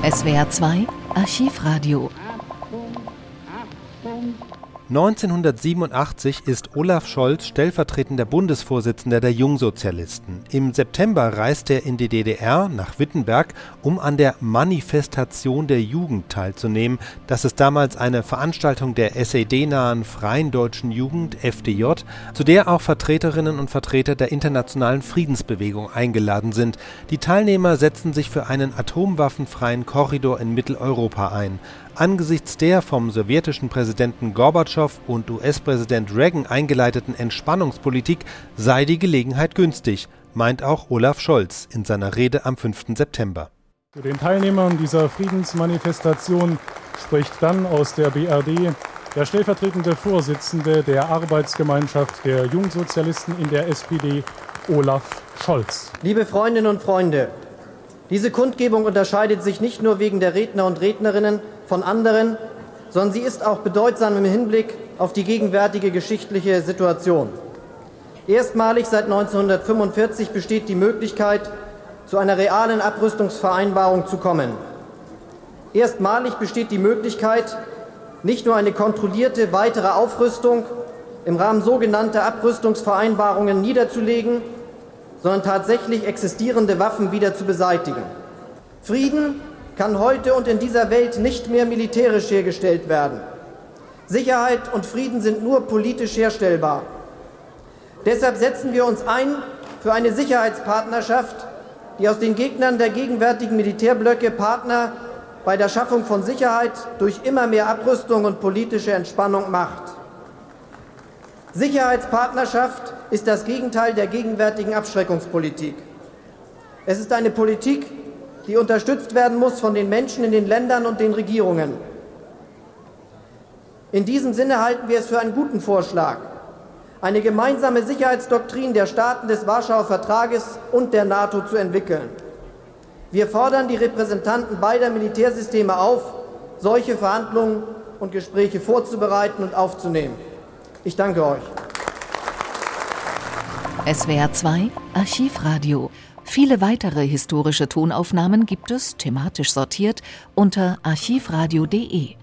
SWR 2 Archivradio. 1987 ist Olaf Scholz stellvertretender Bundesvorsitzender der Jungsozialisten. Im September reist er in die DDR nach Wittenberg, um an der Manifestation der Jugend teilzunehmen. Das ist damals eine Veranstaltung der SED-nahen Freien Deutschen Jugend, FDJ, zu der auch Vertreterinnen und Vertreter der internationalen Friedensbewegung eingeladen sind. Die Teilnehmer setzen sich für einen atomwaffenfreien Korridor in Mitteleuropa ein. Angesichts der vom sowjetischen Präsidenten Gorbatschow und US-Präsident Reagan eingeleiteten Entspannungspolitik sei die Gelegenheit günstig, meint auch Olaf Scholz in seiner Rede am 5. September. Zu den Teilnehmern dieser Friedensmanifestation spricht dann aus der BRD der stellvertretende Vorsitzende der Arbeitsgemeinschaft der Jungsozialisten in der SPD, Olaf Scholz. Liebe Freundinnen und Freunde, diese Kundgebung unterscheidet sich nicht nur wegen der Redner und Rednerinnen von anderen, sondern sie ist auch bedeutsam im Hinblick auf die gegenwärtige geschichtliche Situation. Erstmalig seit 1945 besteht die Möglichkeit, zu einer realen Abrüstungsvereinbarung zu kommen. Erstmalig besteht die Möglichkeit, nicht nur eine kontrollierte weitere Aufrüstung im Rahmen sogenannter Abrüstungsvereinbarungen niederzulegen, sondern tatsächlich existierende Waffen wieder zu beseitigen. Frieden kann heute und in dieser Welt nicht mehr militärisch hergestellt werden. Sicherheit und Frieden sind nur politisch herstellbar. Deshalb setzen wir uns ein für eine Sicherheitspartnerschaft, die aus den Gegnern der gegenwärtigen Militärblöcke Partner bei der Schaffung von Sicherheit durch immer mehr Abrüstung und politische Entspannung macht. Sicherheitspartnerschaft ist das Gegenteil der gegenwärtigen Abschreckungspolitik. Es ist eine Politik, die unterstützt werden muss von den Menschen in den Ländern und den Regierungen. In diesem Sinne halten wir es für einen guten Vorschlag, eine gemeinsame Sicherheitsdoktrin der Staaten des Warschauer Vertrages und der NATO zu entwickeln. Wir fordern die Repräsentanten beider Militärsysteme auf, solche Verhandlungen und Gespräche vorzubereiten und aufzunehmen. Ich danke euch. SWR 2 Archivradio. Viele weitere historische Tonaufnahmen gibt es, thematisch sortiert, unter archivradio.de.